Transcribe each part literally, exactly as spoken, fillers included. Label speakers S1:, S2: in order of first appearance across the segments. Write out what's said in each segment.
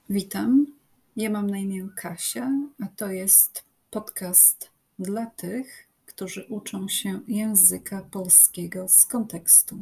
S1: Witam, ja mam na imię Kasia, a to jest podcast dla tych, którzy uczą się języka polskiego z kontekstu.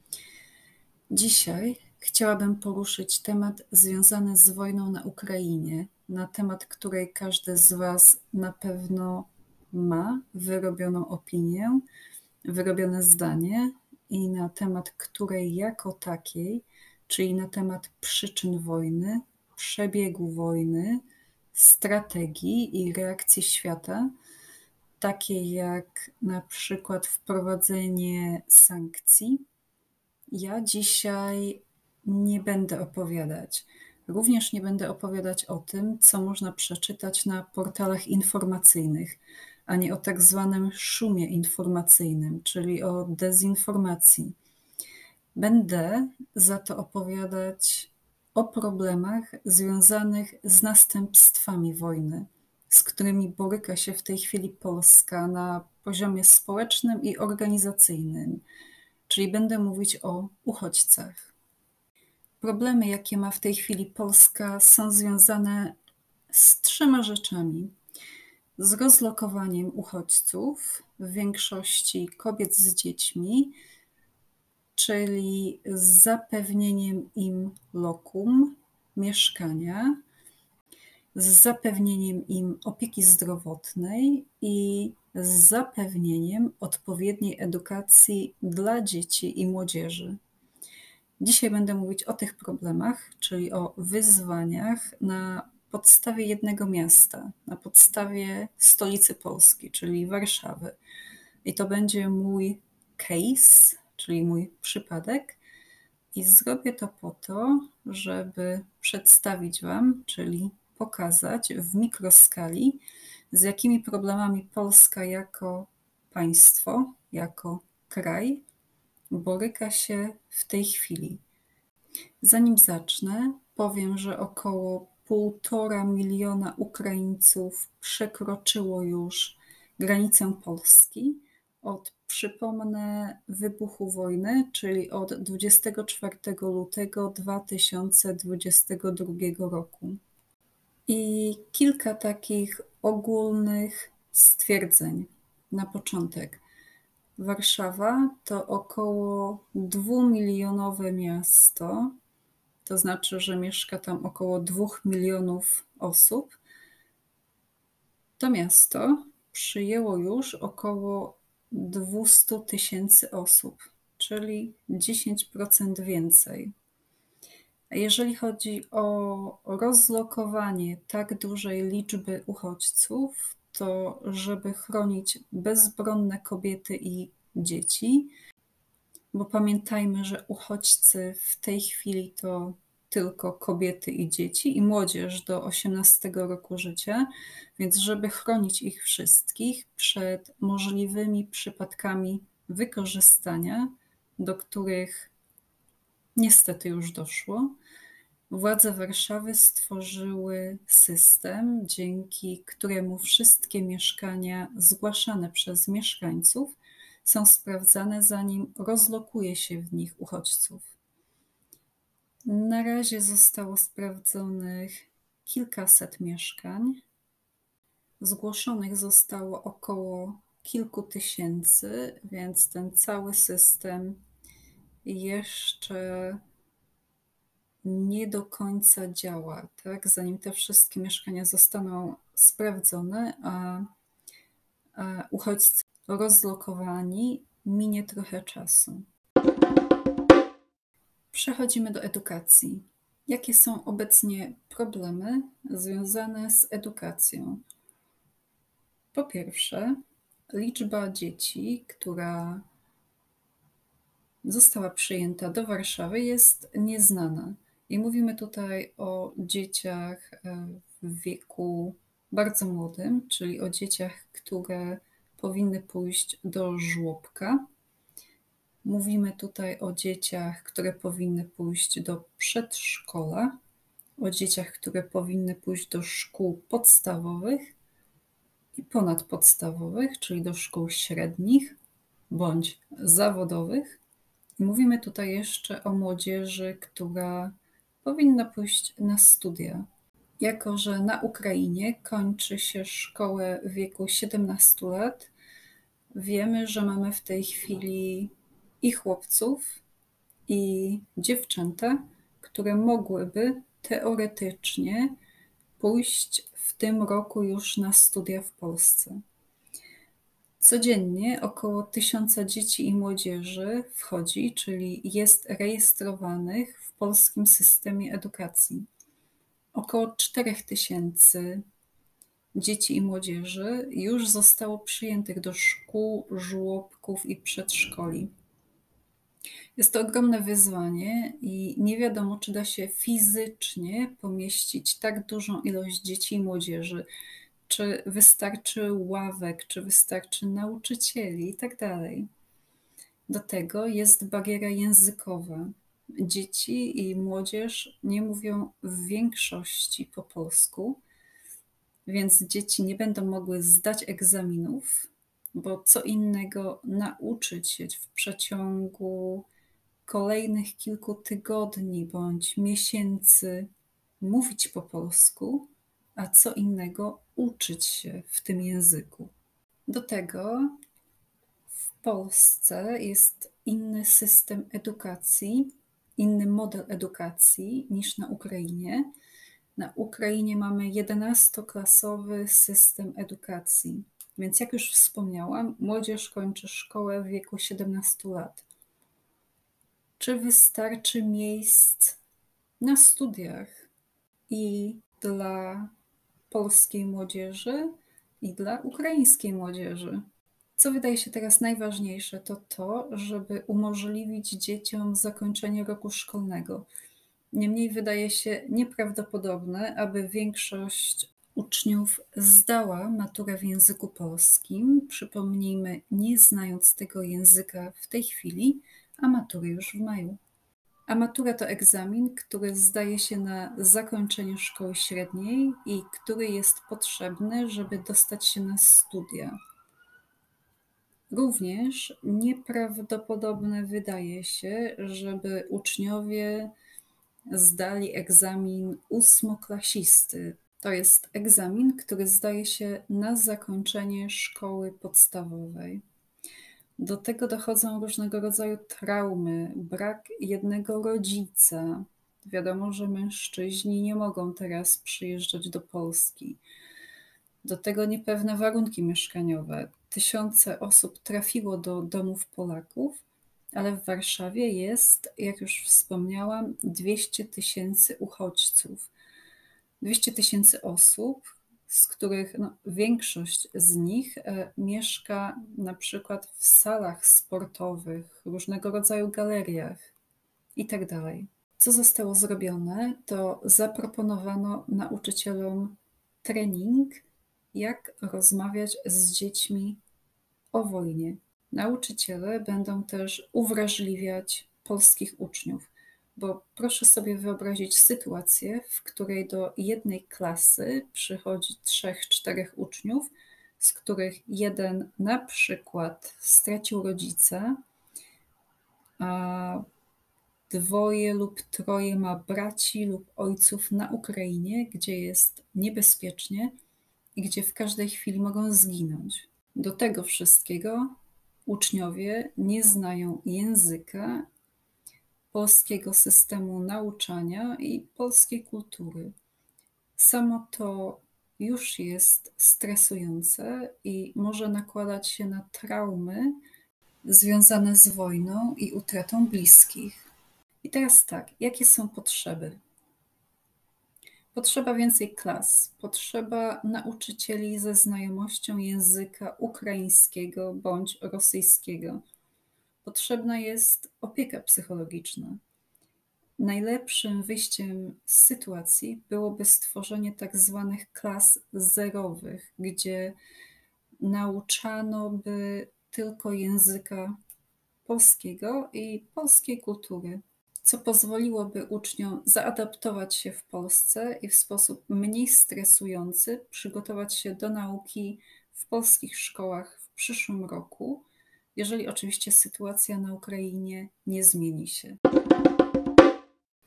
S1: Dzisiaj chciałabym poruszyć temat związany z wojną na Ukrainie, na temat której każdy z Was na pewno ma wyrobioną opinię, wyrobione zdanie i na temat której jako takiej, czyli na temat przyczyn wojny, przebiegu wojny, strategii i reakcji świata, takie jak na przykład wprowadzenie sankcji, ja dzisiaj nie będę opowiadać. Również nie będę opowiadać o tym, co można przeczytać na portalach informacyjnych, a nie o tak zwanym szumie informacyjnym, czyli o dezinformacji. Będę za to opowiadać o problemach związanych z następstwami wojny, z którymi boryka się w tej chwili Polska na poziomie społecznym i organizacyjnym, czyli będę mówić o uchodźcach. Problemy, jakie ma w tej chwili Polska, są związane z trzema rzeczami. Z rozlokowaniem uchodźców, w większości kobiet z dziećmi, czyli z zapewnieniem im lokum, mieszkania, z zapewnieniem im opieki zdrowotnej i z zapewnieniem odpowiedniej edukacji dla dzieci i młodzieży. Dzisiaj będę mówić o tych problemach, czyli o wyzwaniach na podstawie jednego miasta, na podstawie stolicy Polski, czyli Warszawy. I to będzie mój case, czyli mój przypadek. I zrobię to po to, żeby przedstawić Wam, czyli pokazać w mikroskali, z jakimi problemami Polska jako państwo, jako kraj boryka się w tej chwili. Zanim zacznę, powiem, że około półtora miliona Ukraińców przekroczyło już granicę Polski od, przypomnę, wybuchu wojny, czyli od dwudziestego czwartego lutego dwa tysiące dwudziestego drugiego roku. I kilka takich ogólnych stwierdzeń na początek. Warszawa to około dwumilionowe miasto, to znaczy, że mieszka tam około dwóch milionów osób. To miasto przyjęło już około dwieście tysięcy osób, czyli dziesięć procent więcej. A jeżeli chodzi o rozlokowanie tak dużej liczby uchodźców, to żeby chronić bezbronne kobiety i dzieci, bo pamiętajmy, że uchodźcy w tej chwili to tylko kobiety i dzieci i młodzież do osiemnastego roku życia, więc żeby chronić ich wszystkich przed możliwymi przypadkami wykorzystania, do których niestety już doszło, władze Warszawy stworzyły system, dzięki któremu wszystkie mieszkania zgłaszane przez mieszkańców są sprawdzane, zanim rozlokuje się w nich uchodźców. Na razie zostało sprawdzonych kilkaset mieszkań. Zgłoszonych zostało około kilku tysięcy, więc ten cały system jeszcze nie do końca działa, tak? Zanim te wszystkie mieszkania zostaną sprawdzone, a, a uchodźcy rozlokowani, minie trochę czasu. Przechodzimy do edukacji. Jakie są obecnie problemy związane z edukacją? Po pierwsze, liczba dzieci, która została przyjęta do Warszawy, jest nieznana. I mówimy tutaj o dzieciach w wieku bardzo młodym, czyli o dzieciach, które powinny pójść do żłobka. Mówimy tutaj o dzieciach, które powinny pójść do przedszkola, o dzieciach, które powinny pójść do szkół podstawowych i ponadpodstawowych, czyli do szkół średnich bądź zawodowych. Mówimy tutaj jeszcze o młodzieży, która powinna pójść na studia. Jako że na Ukrainie kończy się szkołę w wieku siedemnastu lat, wiemy, że mamy w tej chwili i chłopców, i dziewczęta, które mogłyby teoretycznie pójść w tym roku już na studia w Polsce. Codziennie około tysiąca dzieci i młodzieży wchodzi, czyli jest rejestrowanych w polskim systemie edukacji. Około czterech tysięcy dzieci i młodzieży już zostało przyjętych do szkół, żłobków i przedszkoli. Jest to ogromne wyzwanie i nie wiadomo, czy da się fizycznie pomieścić tak dużą ilość dzieci i młodzieży, czy wystarczy ławek, czy wystarczy nauczycieli i tak dalej. Do tego jest bariera językowa. Dzieci i młodzież nie mówią w większości po polsku, więc dzieci nie będą mogły zdać egzaminów, bo co innego nauczyć się w przeciągu kolejnych kilku tygodni bądź miesięcy mówić po polsku, a co innego uczyć się w tym języku. Do tego w Polsce jest inny system edukacji, inny model edukacji niż na Ukrainie. Na Ukrainie mamy jedenastoklasowy system edukacji, więc jak już wspomniałam, młodzież kończy szkołę w wieku siedemnastu lat. Czy wystarczy miejsc na studiach i dla polskiej młodzieży, i dla ukraińskiej młodzieży? Co wydaje się teraz najważniejsze, to to, żeby umożliwić dzieciom zakończenie roku szkolnego. Niemniej wydaje się nieprawdopodobne, aby większość uczniów zdała maturę w języku polskim, przypomnijmy, nie znając tego języka w tej chwili, a matury już w maju. A matura to egzamin, który zdaje się na zakończenie szkoły średniej i który jest potrzebny, żeby dostać się na studia. Również nieprawdopodobne wydaje się, żeby uczniowie zdali egzamin ósmoklasisty. To jest egzamin, który zdaje się na zakończenie szkoły podstawowej. Do tego dochodzą różnego rodzaju traumy, brak jednego rodzica. Wiadomo, że mężczyźni nie mogą teraz przyjeżdżać do Polski. Do tego niepewne warunki mieszkaniowe. Tysiące osób trafiło do domów Polaków, ale w Warszawie jest, jak już wspomniałam, dwieście tysięcy uchodźców. dwieście tysięcy osób, z których no, większość z nich e, mieszka na przykład w salach sportowych, różnego rodzaju galeriach itd. Co zostało zrobione, to zaproponowano nauczycielom trening, jak rozmawiać z dziećmi o wojnie. Nauczyciele będą też uwrażliwiać polskich uczniów, bo proszę sobie wyobrazić sytuację, w której do jednej klasy przychodzi trzech, czterech uczniów, z których jeden na przykład stracił rodzica, a dwoje lub troje ma braci lub ojców na Ukrainie, gdzie jest niebezpiecznie i gdzie w każdej chwili mogą zginąć. Do tego wszystkiego uczniowie nie znają języka, polskiego systemu nauczania i polskiej kultury. Samo to już jest stresujące i może nakładać się na traumy związane z wojną i utratą bliskich. I teraz tak, jakie są potrzeby? Potrzeba więcej klas, potrzeba nauczycieli ze znajomością języka ukraińskiego bądź rosyjskiego. Potrzebna jest opieka psychologiczna. Najlepszym wyjściem z sytuacji byłoby stworzenie tak zwanych klas zerowych, gdzie nauczano by tylko języka polskiego i polskiej kultury, co pozwoliłoby uczniom zaadaptować się w Polsce i w sposób mniej stresujący przygotować się do nauki w polskich szkołach w przyszłym roku, jeżeli oczywiście sytuacja na Ukrainie nie zmieni się.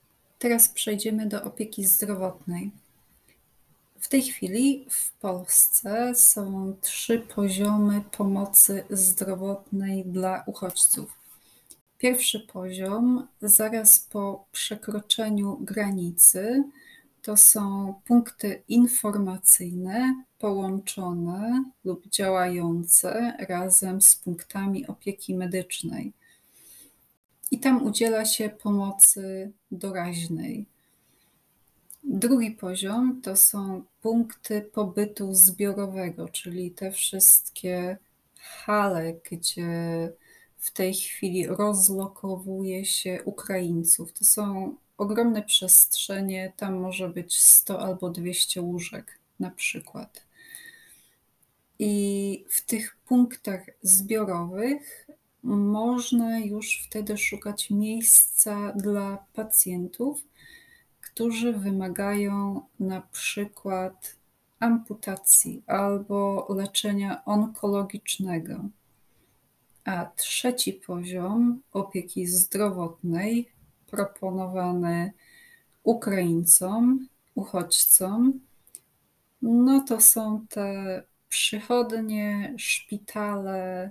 S1: Teraz przejdziemy do opieki zdrowotnej. W tej chwili w Polsce są trzy poziomy pomocy zdrowotnej dla uchodźców. Pierwszy poziom, zaraz po przekroczeniu granicy, to są punkty informacyjne połączone lub działające razem z punktami opieki medycznej. I tam udziela się pomocy doraźnej. Drugi poziom to są punkty pobytu zbiorowego, czyli te wszystkie hale, gdzie w tej chwili rozlokowuje się Ukraińców. To są ogromne przestrzenie, tam może być sto albo dwieście łóżek na przykład. I w tych punktach zbiorowych można już wtedy szukać miejsca dla pacjentów, którzy wymagają na przykład amputacji albo leczenia onkologicznego. A trzeci poziom opieki zdrowotnej proponowany Ukraińcom, uchodźcom, no to są te przychodnie, szpitale.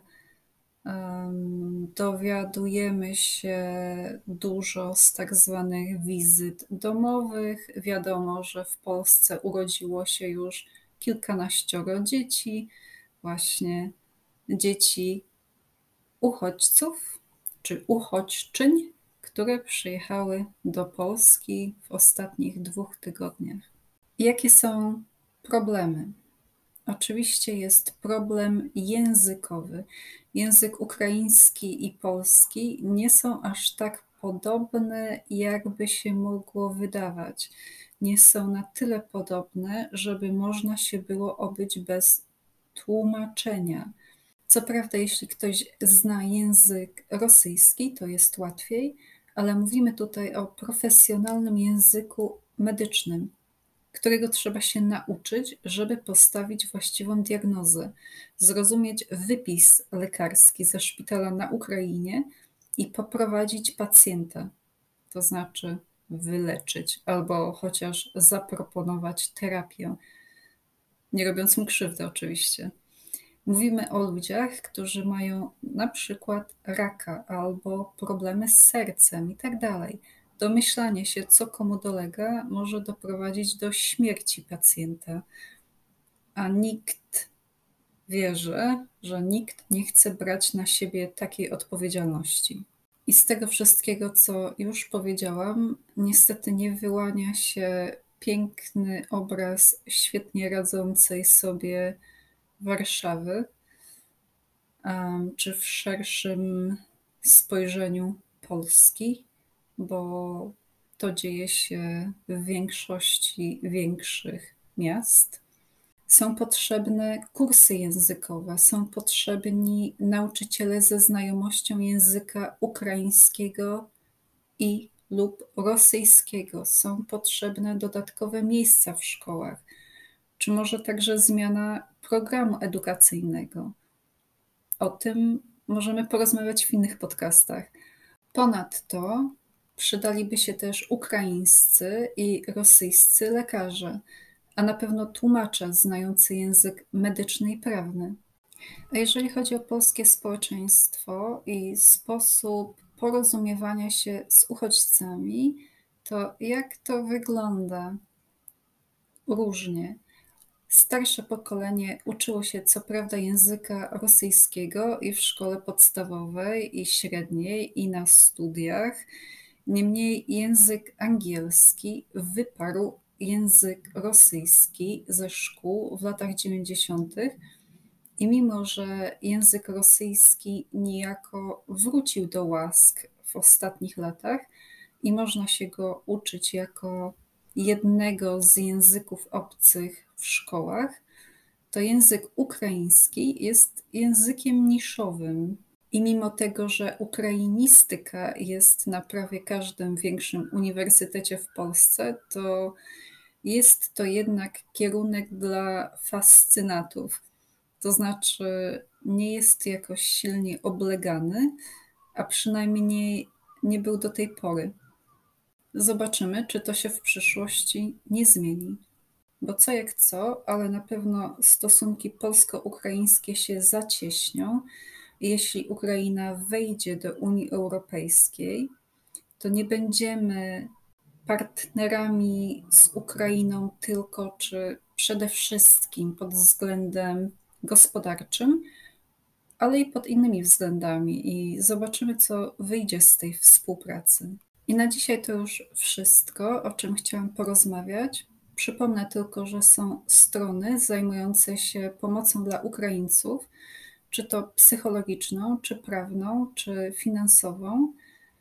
S1: Dowiadujemy się dużo z tak zwanych wizyt domowych. Wiadomo, że w Polsce urodziło się już kilkanaścioro dzieci, właśnie dzieci uchodźców czy uchodźczyń, które przyjechały do Polski w ostatnich dwóch tygodniach. Jakie są problemy? Oczywiście jest problem językowy. Język ukraiński i polski nie są aż tak podobne, jakby się mogło wydawać. Nie są na tyle podobne, żeby można się było obyć bez tłumaczenia. Co prawda, jeśli ktoś zna język rosyjski, to jest łatwiej, ale mówimy tutaj o profesjonalnym języku medycznym, którego trzeba się nauczyć, żeby postawić właściwą diagnozę, zrozumieć wypis lekarski ze szpitala na Ukrainie i poprowadzić pacjenta, to znaczy wyleczyć albo chociaż zaproponować terapię, nie robiąc mu krzywdy oczywiście. Mówimy o ludziach, którzy mają na przykład raka albo problemy z sercem i tak dalej. Domyślanie się, co komu dolega, może doprowadzić do śmierci pacjenta, a nikt wierzy, że nikt nie chce brać na siebie takiej odpowiedzialności. I z tego wszystkiego, co już powiedziałam, niestety nie wyłania się piękny obraz świetnie radzącej sobie Warszawy, czy w szerszym spojrzeniu Polski, bo to dzieje się w większości większych miast. Są potrzebne kursy językowe, są potrzebni nauczyciele ze znajomością języka ukraińskiego i lub rosyjskiego. Są potrzebne dodatkowe miejsca w szkołach, czy może także zmiana programu edukacyjnego. O tym możemy porozmawiać w innych podcastach. Ponadto przydaliby się też ukraińscy i rosyjscy lekarze, a na pewno tłumacze znający język medyczny i prawny. A jeżeli chodzi o polskie społeczeństwo i sposób porozumiewania się z uchodźcami, to jak to wygląda? Różnie. Starsze pokolenie uczyło się co prawda języka rosyjskiego i w szkole podstawowej, i średniej, i na studiach. Niemniej język angielski wyparł język rosyjski ze szkół w latach dziewięćdziesiątych i mimo, że język rosyjski niejako wrócił do łask w ostatnich latach i można się go uczyć jako jednego z języków obcych w szkołach, to język ukraiński jest językiem niszowym. I mimo tego, że ukrainistyka jest na prawie każdym większym uniwersytecie w Polsce, to jest to jednak kierunek dla fascynatów. To znaczy nie jest jakoś silnie oblegany, a przynajmniej nie był do tej pory. Zobaczymy, czy to się w przyszłości nie zmieni. Bo co jak co, ale na pewno stosunki polsko-ukraińskie się zacieśnią. Jeśli Ukraina wejdzie do Unii Europejskiej, to nie będziemy partnerami z Ukrainą tylko czy przede wszystkim pod względem gospodarczym, ale i pod innymi względami i zobaczymy, co wyjdzie z tej współpracy. I na dzisiaj to już wszystko, o czym chciałam porozmawiać. Przypomnę tylko, że są strony zajmujące się pomocą dla Ukraińców, czy to psychologiczną, czy prawną, czy finansową.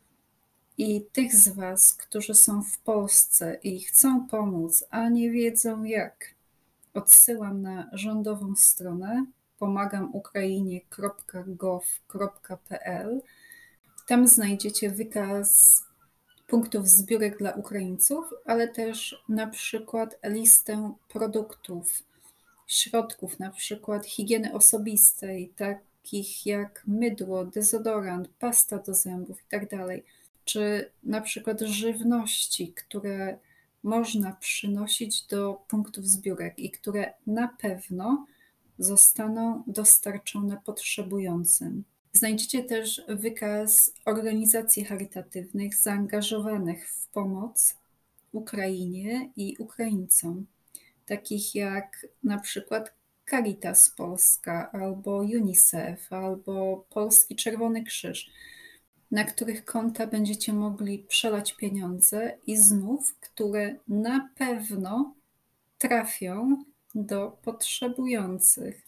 S1: I tych z Was, którzy są w Polsce i chcą pomóc, a nie wiedzą jak, odsyłam na rządową stronę pomagamukrainie kropka gov kropka pl. Tam znajdziecie wykaz punktów zbiórek dla Ukraińców, ale też na przykład listę produktów, środków, na przykład higieny osobistej, takich jak mydło, dezodorant, pasta do zębów itd., czy na przykład żywności, które można przynosić do punktów zbiórek i które na pewno zostaną dostarczone potrzebującym. Znajdziecie też wykaz organizacji charytatywnych zaangażowanych w pomoc Ukrainie i Ukraińcom, takich jak na przykład Caritas Polska, albo UNICEF, albo Polski Czerwony Krzyż, na których konta będziecie mogli przelać pieniądze i znów, które na pewno trafią do potrzebujących.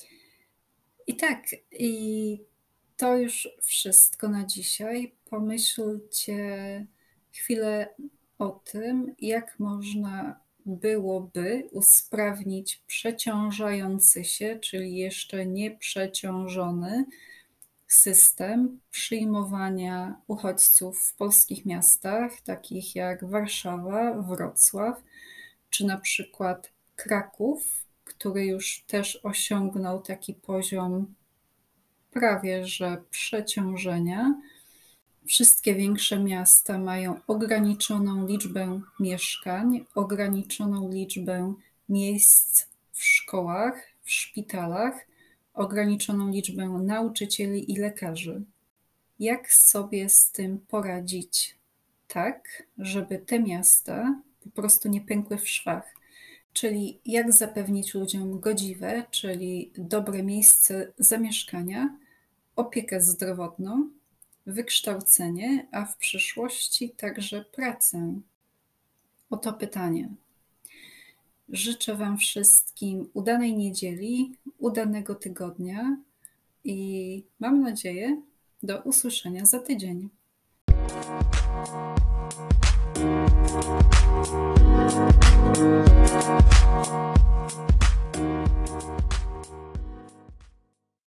S1: I tak, i to już wszystko na dzisiaj. Pomyślcie chwilę o tym, jak można byłoby usprawnić przeciążający się, czyli jeszcze nieprzeciążony system przyjmowania uchodźców w polskich miastach, takich jak Warszawa, Wrocław, czy na przykład Kraków, który już też osiągnął taki poziom prawie że przeciążenia. Wszystkie większe miasta mają ograniczoną liczbę mieszkań, ograniczoną liczbę miejsc w szkołach, w szpitalach, ograniczoną liczbę nauczycieli i lekarzy. Jak sobie z tym poradzić tak, żeby te miasta po prostu nie pękły w szwach? Czyli jak zapewnić ludziom godziwe, czyli dobre miejsce zamieszkania, opiekę zdrowotną, wykształcenie, a w przyszłości także pracę? Oto pytanie. Życzę Wam wszystkim udanej niedzieli, udanego tygodnia i mam nadzieję, do usłyszenia za tydzień.